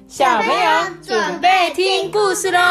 小朋友准备听故事咯。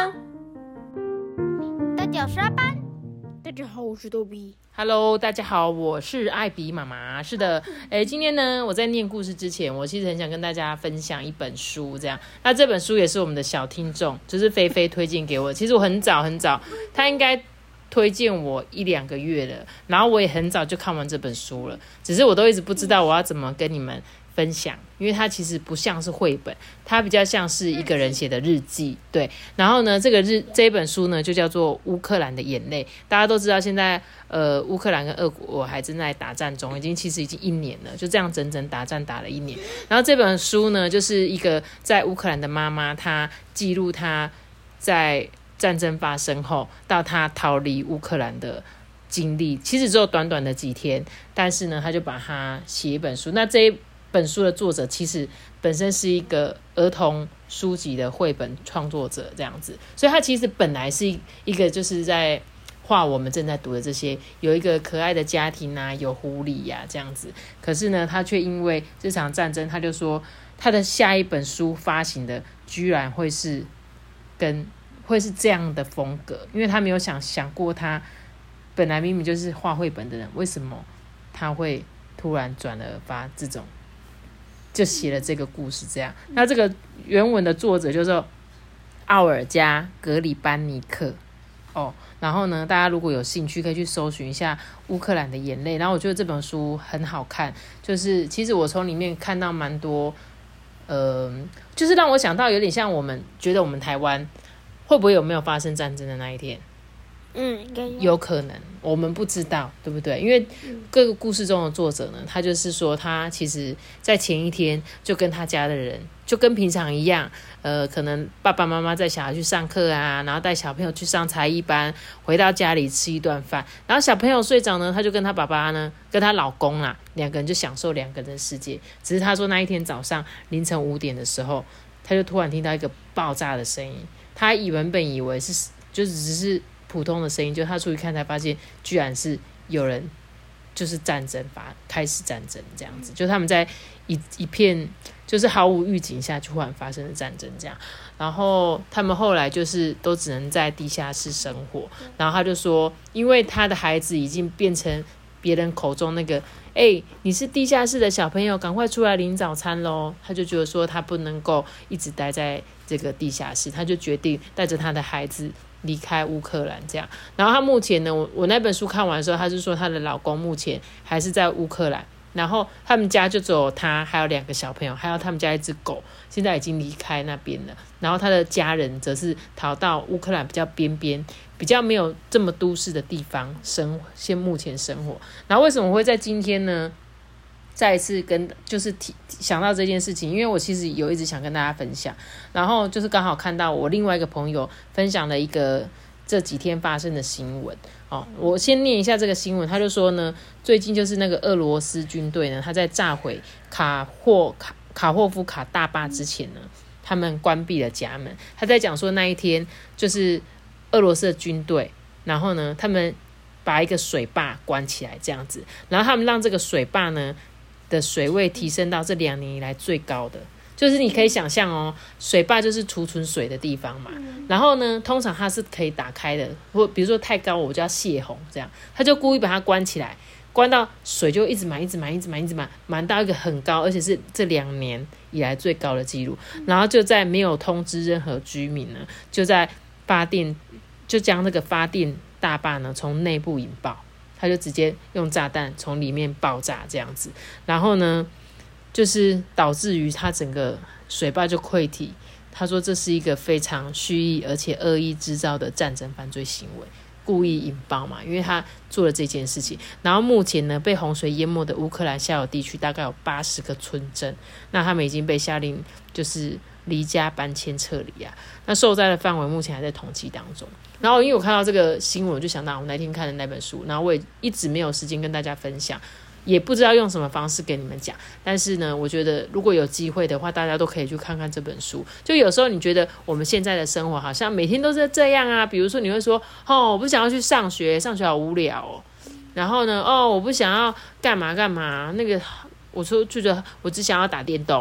大家好，我是阿班。大家好，我是豆比。 Hello， 大家好，我是艾比妈妈。是的，今天呢，我在念故事之前，我其实很想跟大家分享一本书，这样。那这本书也是我们的小听众，就是菲菲推荐给我。其实我很早，她应该推荐我1-2个月了，然后我也很早就看完这本书了，只是我都一直不知道我要怎么跟你们分享，因为它其实不像是绘本，它比较像是一个人写的日记。对，然后呢，这本书呢就叫做《乌克兰的眼泪》。大家都知道现在乌克兰跟俄国还正在打战中，其实已经1年了，就这样整整打战打了1年。然后这本书呢，就是一个在乌克兰的妈妈，她记录她在战争发生后到她逃离乌克兰的经历，其实只有短短的几天，但是呢，她就把它写一本书。那这一本书的作者其实本身是一个儿童书籍的绘本创作者，这样子，所以他其实本来是一个就是在画我们正在读的这些，有一个可爱的家庭啊，有狐狸啊这样子。可是呢，他却因为这场战争，他就说他的下一本书发行的居然会是这样的风格，因为他没有想过他本来明明就是画绘本的人，为什么他会突然转而发这种，就写了这个故事这样。那这个原文的作者就是奥尔加·格里班尼克然后呢，大家如果有兴趣可以去搜寻一下乌克兰的眼泪。然后我觉得这本书很好看，就是其实我从里面看到蛮多就是让我想到有点像我们觉得我们台湾会不会有没有发生战争的那一天， 应该有可能，我们不知道，对不对？因为各个故事中的作者呢，他就是说他其实在前一天就跟他家的人就跟平常一样，可能爸爸妈妈带小孩去上课啊，然后带小朋友去上才艺班，回到家里吃一顿饭，然后小朋友睡着呢，他就跟他爸爸呢跟他老公啦2个人就享受2个人的世界。只是他说那一天早上凌晨5点的时候，他就突然听到一个爆炸的声音，他原本以为是就只是普通的声音，就他出去看才发现居然是有人就是开始战争这样子，就他们在一片就是毫无预警下突然发生的战争这样。然后他们后来就是都只能在地下室生活。然后他就说因为他的孩子已经变成别人口中那个你是地下室的小朋友，赶快出来领早餐咯。他就觉得说他不能够一直待在这个地下室，他就决定带着他的孩子离开乌克兰这样。然后他目前呢，我那本书看完的时候，他是说他的老公目前还是在乌克兰，然后他们家就只有他还有2个小朋友，还有他们家一只狗，现在已经离开那边了。然后他的家人则是逃到乌克兰比较边边比较没有这么都市的地方目前生活。然后为什么会在今天呢再一次想到这件事情，因为我其实有一直想跟大家分享，然后就是刚好看到我另外一个朋友分享了一个这几天发生的新闻。我先念一下这个新闻。他就说呢，最近就是那个俄罗斯军队呢，他在炸毁卡霍夫卡大坝之前呢，他们关闭了家门。他在讲说那一天就是俄罗斯的军队，然后呢他们把一个水坝关起来这样子，然后他们让这个水坝呢的水位提升到这2年以来最高的。就是你可以想象水坝就是储存水的地方嘛，然后呢通常它是可以打开的，或比如说太高我就要泄洪这样，他就故意把它关起来，关到水就一直满到一个很高，而且是这2年以来最高的记录。然后就在没有通知任何居民呢，就将那个发电大坝呢从内部引爆，他就直接用炸弹从里面爆炸这样子。然后呢就是导致于他整个水坝就溃堤。他说这是一个非常蓄意而且恶意制造的战争犯罪行为，故意引爆嘛，因为他做了这件事情。然后目前呢，被洪水淹没的乌克兰下游地区大概有80个村镇，那他们已经被下令就是离家搬迁撤离啊。那受灾的范围目前还在统计当中。然后因为我看到这个新闻，我就想到我那天看的那本书，然后我也一直没有时间跟大家分享，也不知道用什么方式跟你们讲。但是呢，我觉得如果有机会的话，大家都可以去看看这本书。就有时候你觉得我们现在的生活好像每天都是这样啊，比如说你会说我不想要去上学好无聊然后呢我不想要干嘛那个我说就觉得我只想要打电动，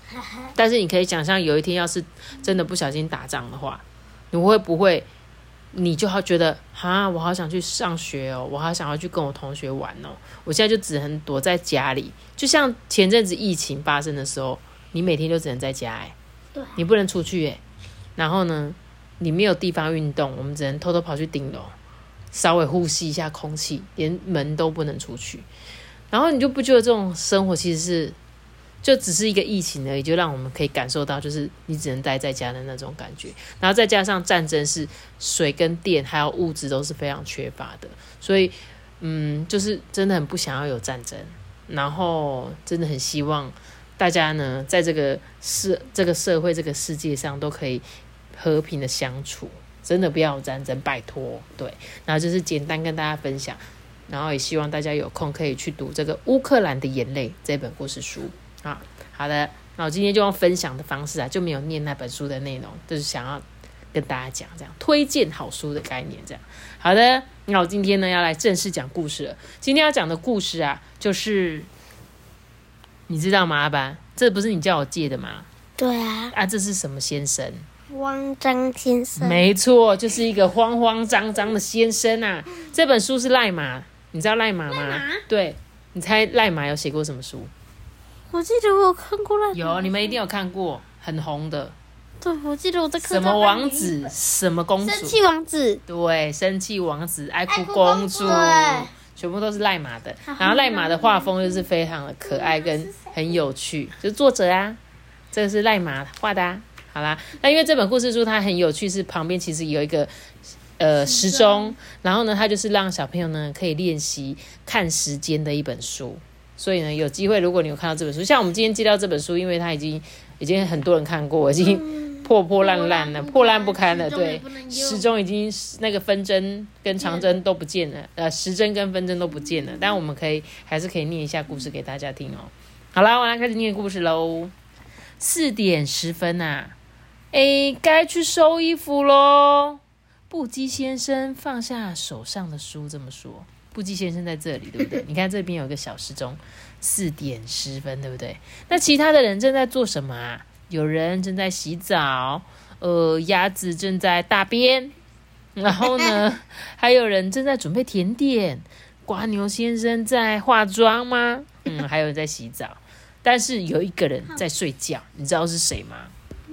但是你可以想象，有一天要是真的不小心打仗的话，你会不会你就好觉得我好想去上学哦，我好想要去跟我同学玩哦，我现在就只能躲在家里。就像前阵子疫情发生的时候，你每天就只能在家对， 你不能出去然后呢，你没有地方运动，我们只能偷偷跑去顶楼，稍微呼吸一下空气，连门都不能出去。然后你就不觉得这种生活其实是就只是一个疫情而已，就让我们可以感受到就是你只能待在家的那种感觉。然后再加上战争是水跟电还有物质都是非常缺乏的，所以就是真的很不想要有战争，然后真的很希望大家呢在这个社会这个世界上都可以和平的相处，真的不要有战争，拜托。对，然后就是简单跟大家分享，然后也希望大家有空可以去读这个《乌克兰的眼泪》这本故事书。好的，那我今天就用分享的方式就没有念那本书的内容，就是想要跟大家讲这样推荐好书的概念这样。好的，那我今天呢要来正式讲故事了。今天要讲的故事就是你知道吗？阿班，这不是你叫我借的吗？ 对啊， 这是什么先生？ 慌张先生。 没错，就是一个慌慌张张的先生啊。这本书是赖马，你知道赖马吗？对，你猜赖马有写过什么书？ 我记得我有看过赖马。 有，你们一定有看过，很红的。 对，我记得我在看什么王子，什么公主， 生气王子。 对，生气王子，爱哭公主，全部都是赖马的。然后赖马的画风就是非常的可爱跟很有趣，就是作者这个是赖马画的好啦，那因为这本故事书它很有趣，是旁边其实有一个时钟，然后呢，它就是让小朋友呢可以练习看时间的一本书。所以呢，有机会如果你有看到这本书，像我们今天接到这本书，因为它已经很多人看过，已经破烂烂了，破烂不堪了。对，时钟已经那个分针跟长针都不见了，时针跟分针都不见了。但我们还是可以念一下故事给大家听哦。好啦，我来开始念故事喽。4点10分该去收衣服咯。布基先生放下手上的书，这么说。布基先生在这里，对不对？你看这边有一个小时钟，4点10分，对不对？那其他的人正在做什么有人正在洗澡，鸭子正在大便，然后呢，还有人正在准备甜点。瓜牛先生在化妆吗？还有人在洗澡。但是有一个人在睡觉，你知道是谁吗？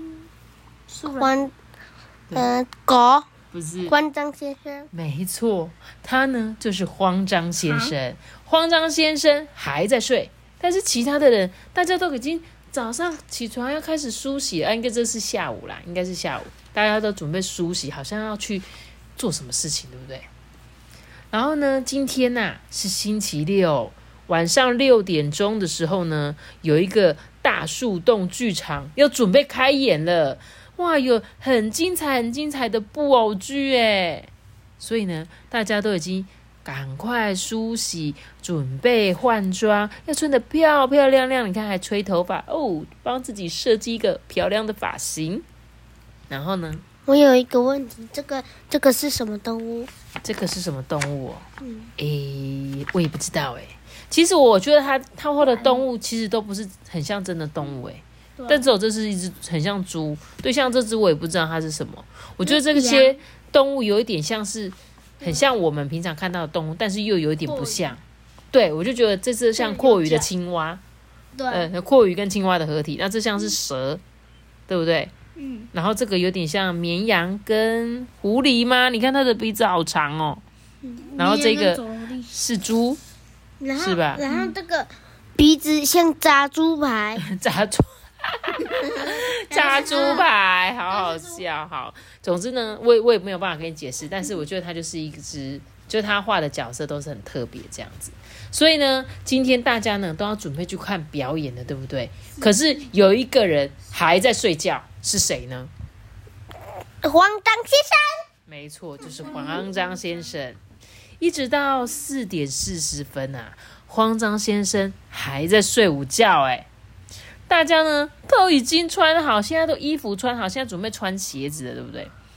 狗。 不是慌张先生。 没错，他呢就是慌张先生。慌张先生还在睡，但是其他的人大家都已经早上起床要开始梳洗应该这是下午啦，应该是下午，大家都准备梳洗，好像要去做什么事情，对不对？然后呢，今天是星期六晚上6点钟的时候呢，有一个大树洞剧场要准备开演了。哇，有很精彩的布偶剧耶！所以呢，大家都已经赶快梳洗，准备换装，要穿得漂漂亮亮。你看，还吹头发帮自己设计一个漂亮的发型。然后呢， 我有一个问题，这个是什么动物？ 这个是什么动物我也不知道其实我觉得他画的动物其实都不是很像真的动物但只有这是一只很像猪，对，像这只我也不知道它是什么。我觉得这些动物有一点像是很像我们平常看到的动物，但是又有一点不像。对，我就觉得这只像蛞蝓的青蛙，对，蛞蝓跟青蛙的合体。那这像是蛇，对不对？然后这个有点像绵羊跟狐狸吗？你看它的鼻子好长哦。然后这个是猪，是吧？ 然后这个鼻子像炸猪排， 炸猪排，好好笑。好，总之呢，我也没有办法跟你解释，但是我觉得它就是一只，就是他画的角色都是很特别这样子。所以呢，今天大家呢都要准备去看表演了，对不对？可是有一个人还在睡觉，是谁呢？ 慌张先生。 没错，就是慌张先生。一直到4点40分慌张先生还在睡午觉大家呢都已经穿好，现在都衣服穿好，现在准备穿鞋子了，对不对？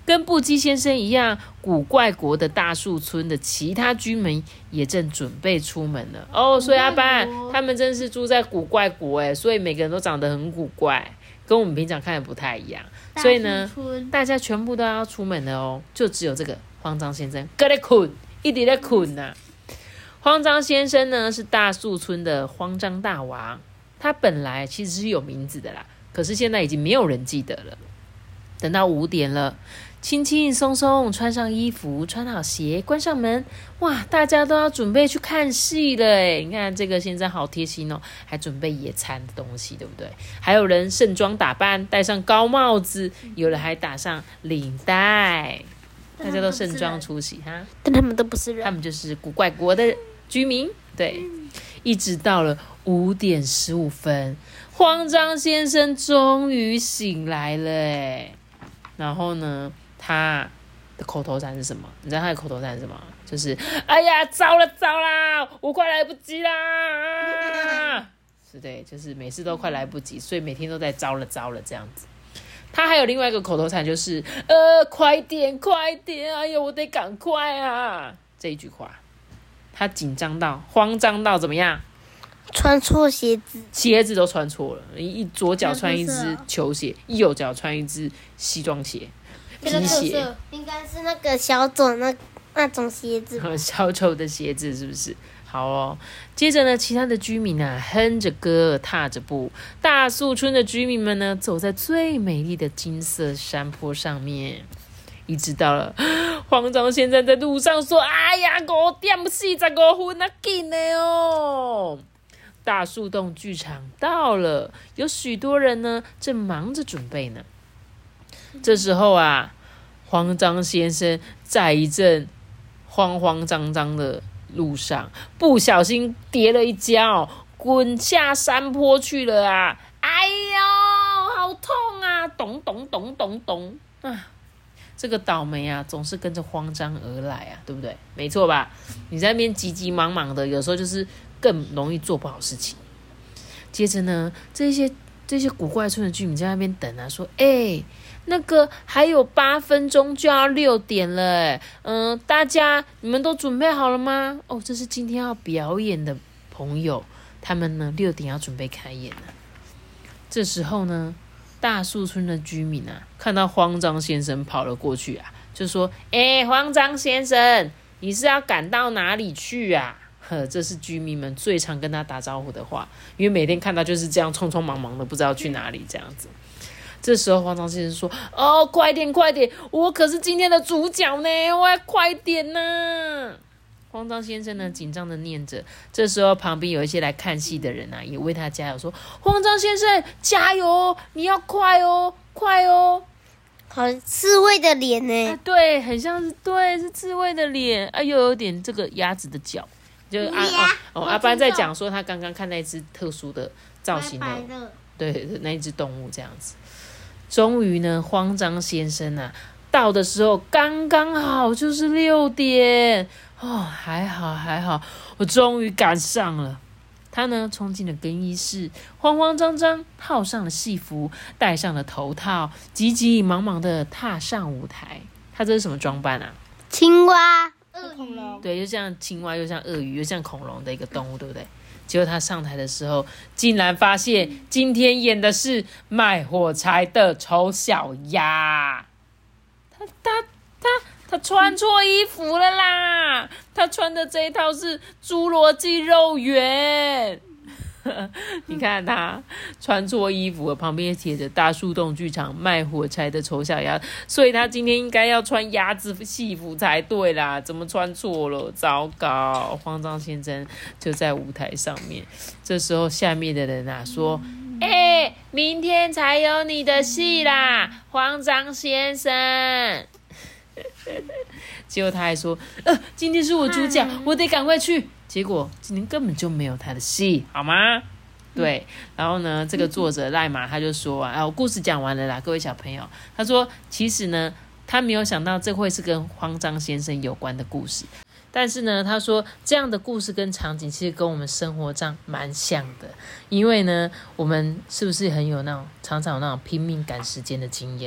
跟布基先生一样，古怪国的大树村的其他居民也正准备出门了。哦，所以阿班他们真是住在古怪国哎，所以每个人都长得很古怪，跟我们平常看的不太一样。所以呢，大家全部都要出门了哦，就只有这个慌张先生搁在困，一直在困呐。慌张先生呢是大树村的慌张大王，他本来其实是有名字的啦，可是现在已经没有人记得了。等到5点了，轻轻松松穿上衣服，穿好鞋，关上门，哇，大家都要准备去看戏了哎！你看这个先生好贴心哦，还准备野餐的东西，对不对？还有人盛装打扮，戴上高帽子，有人还打上领带，大家都盛装出席哈。 但他们都不是人， 他们就是古怪国的居民，对。一直到了5点15分，慌张先生终于醒来了哎。然后呢，他的口头禅是什么？你知道他的口头禅是什么？就是哎呀，糟了糟啦，我快来不及啦！是对，就是每次都快来不及，所以每天都在糟了糟了这样子。他还有另外一个口头禅，就是快点快点，哎呀，我得赶快啊！这一句话，他紧张到、慌张到怎么样？ 穿错鞋子， 鞋子都穿错了，一左脚穿一只球鞋，右脚穿一只西装鞋、皮鞋， 应该是那个小种那种鞋子， 小丑的鞋子是不是？好哦，接着呢，其他的居民啊，哼着歌，踏着步，大树村的居民们呢，走在最美丽的金色山坡上面。一直到了慌张先生在路上说：“哎呀，5点45分啊，紧的哦！”大树洞剧场到了，有许多人呢正忙着准备呢。这时候啊，慌张先生在一阵慌慌张张的路上，不小心跌了一跤，滚下山坡去了啊！哎呦，好痛啊！咚咚咚咚咚啊！这个倒霉啊，总是跟着慌张而来啊，对不对？没错吧？你在那边急急忙忙的，有时候就是更容易做不好事情。接着呢，这些古怪村的居民在那边等啊，说：“那个还有8分钟就要6点了，大家你们都准备好了吗？哦，这是今天要表演的朋友，他们呢6点要准备开演了。”这时候呢，大树村的居民啊，看到慌张先生跑了过去啊，就说：“慌张先生，你是要赶到哪里去啊？”这是居民们最常跟他打招呼的话，因为每天看到就是这样匆匆忙忙的，不知道去哪里这样子。这时候慌张先生说：“哦，快点快点，我可是今天的主角呢，我要快点呢！”慌张先生呢，紧张的念着。这时候旁边有一些来看戏的人啊，也为他加油说：“慌张先生，加油！你要快哦，快哦！” 好刺猬的脸呢？ 对，很像是是刺猬的脸，又有点这个鸭子的脚。就阿班在讲说他刚刚看那只特殊的造型的，对，那一只动物这样子。终于呢，慌张先生啊到的时候刚刚好就是6点哦，还好，我终于赶上了。他呢冲进了更衣室，慌慌张张套上了戏服，戴上了头套，急急忙忙的踏上舞台。他这是什么装扮啊？ 青蛙。 恐龙，对，又像青蛙，又像鳄鱼，又像恐龙的一个动物，对不对？结果他上台的时候，竟然发现今天演的是卖火柴的丑小鸭。他穿错衣服了啦！他穿的这一套是侏罗纪肉圆。你看他穿错衣服了，旁边写着大树洞剧场卖火柴的丑小鸭，所以他今天应该要穿鸭子戏服才对啦，怎么穿错了？糟糕！慌张先生就在舞台上面。这时候下面的人啊说：“明天才有你的戏啦，慌张先生。”结果他还说：“今天是我主角，我得赶快去。”结果今天根本就没有他的戏，好吗？对，然后呢，这个作者赖马他就说我故事讲完了啦，各位小朋友。他说，其实呢，他没有想到这会是跟慌张先生有关的故事，但是呢，他说这样的故事跟场景其实跟我们生活上蛮像的，因为呢，我们是不是很有那种常常有那种拼命赶时间的经验？对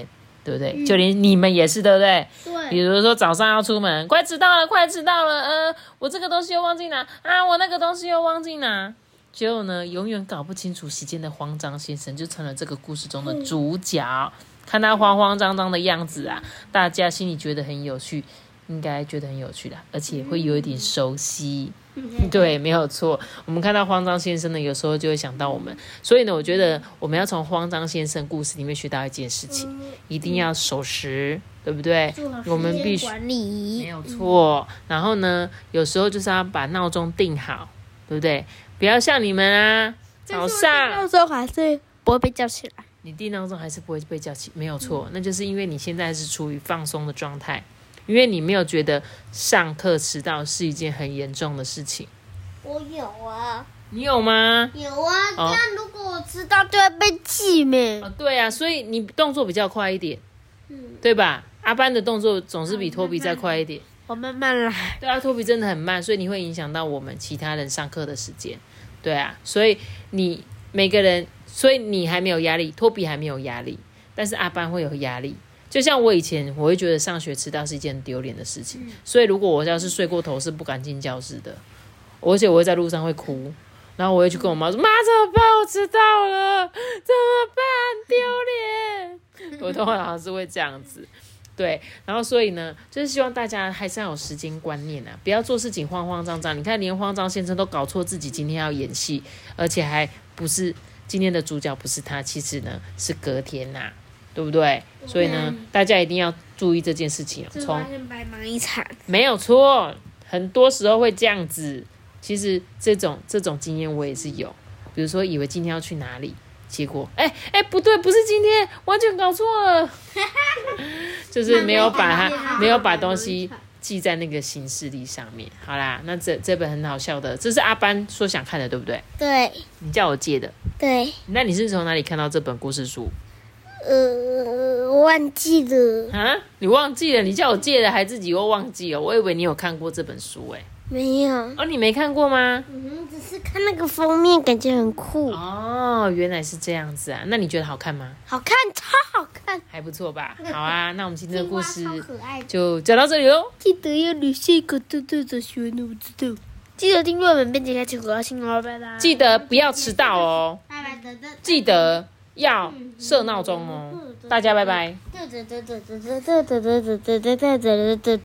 对不对？就连你们也是，对不对？ 对。 比如说早上要出门，快迟到了，我这个东西又忘记拿啊，我那个东西又忘记拿。结果呢，永远搞不清楚时间的慌张先生就成了这个故事中的主角。看他慌慌张张的样子啊，大家心里觉得很有趣，应该觉得很有趣的，而且会有一点熟悉。对，没有错。我们看到慌张先生呢，有时候就会想到我们。所以呢，我觉得我们要从慌张先生故事里面学到一件事情，一定要守时，对不对？我们必须管理， 没有错。然后呢，有时候就是要把闹钟定好，对不对？不要像你们啊，早上闹钟还是不会被叫起来。 你定闹钟还是不会被叫起，没有错。那就是因为你现在是处于放松的状态。因为你没有觉得上课迟到是一件很严重的事情。 我有啊。 你有吗？ 有啊，这样如果我迟到就会被记咩。 对啊，所以你动作比较快一点，对吧？阿班的动作总是比托比再快一点。 我慢慢来。 对啊，托比真的很慢，所以你会影响到我们其他人上课的时间。对啊，所以你每个人，所以你还没有压力，托比还没有压力，但是阿班会有压力。就像我以前，我会觉得上学迟到是一件很丢脸的事情，所以如果我要是睡过头，是不敢进教室的，而且我会在路上会哭，然后我会去跟我妈说：“妈，怎么办？我迟到了，怎么办？丢脸！”我通常是会这样子，对。然后所以呢，就是希望大家还是要有时间观念啊，不要做事情慌慌张张。你看，连慌张先生都搞错自己今天要演戏，而且还不是今天的主角，不是他，其实呢是隔天呐。对不对？所以呢，大家一定要注意这件事情。 完全白忙一场。没有错，很多时候会这样子。其实这种经验我也是有。比如说，以为今天要去哪里，结果不对，不是今天，完全搞错了。就是没有把东西记在那个行事历上面。好啦，那这本很好笑的，这是阿班说想看的，对不对？ 对。 你叫我借的。 对。 那你是从哪里看到这本故事书？ 我忘记了啊！你忘记了？你叫我借的，还自己又忘记了？我以为你有看过这本书没有。 哦，你没看过吗？ 只是看那个封面，感觉很酷。 哦，原来是这样子啊！那你觉得好看吗？ 好看，超好看， 还不错吧？好啊，那我们今天的故事就讲到这里喽。 记得要留下一个豆豆的喜欢的我知道。记得订阅我们，并且开启小铃铛哦，拜拜。 记得不要迟到哦。 拜拜。 记得要设闹钟哦。大家拜拜。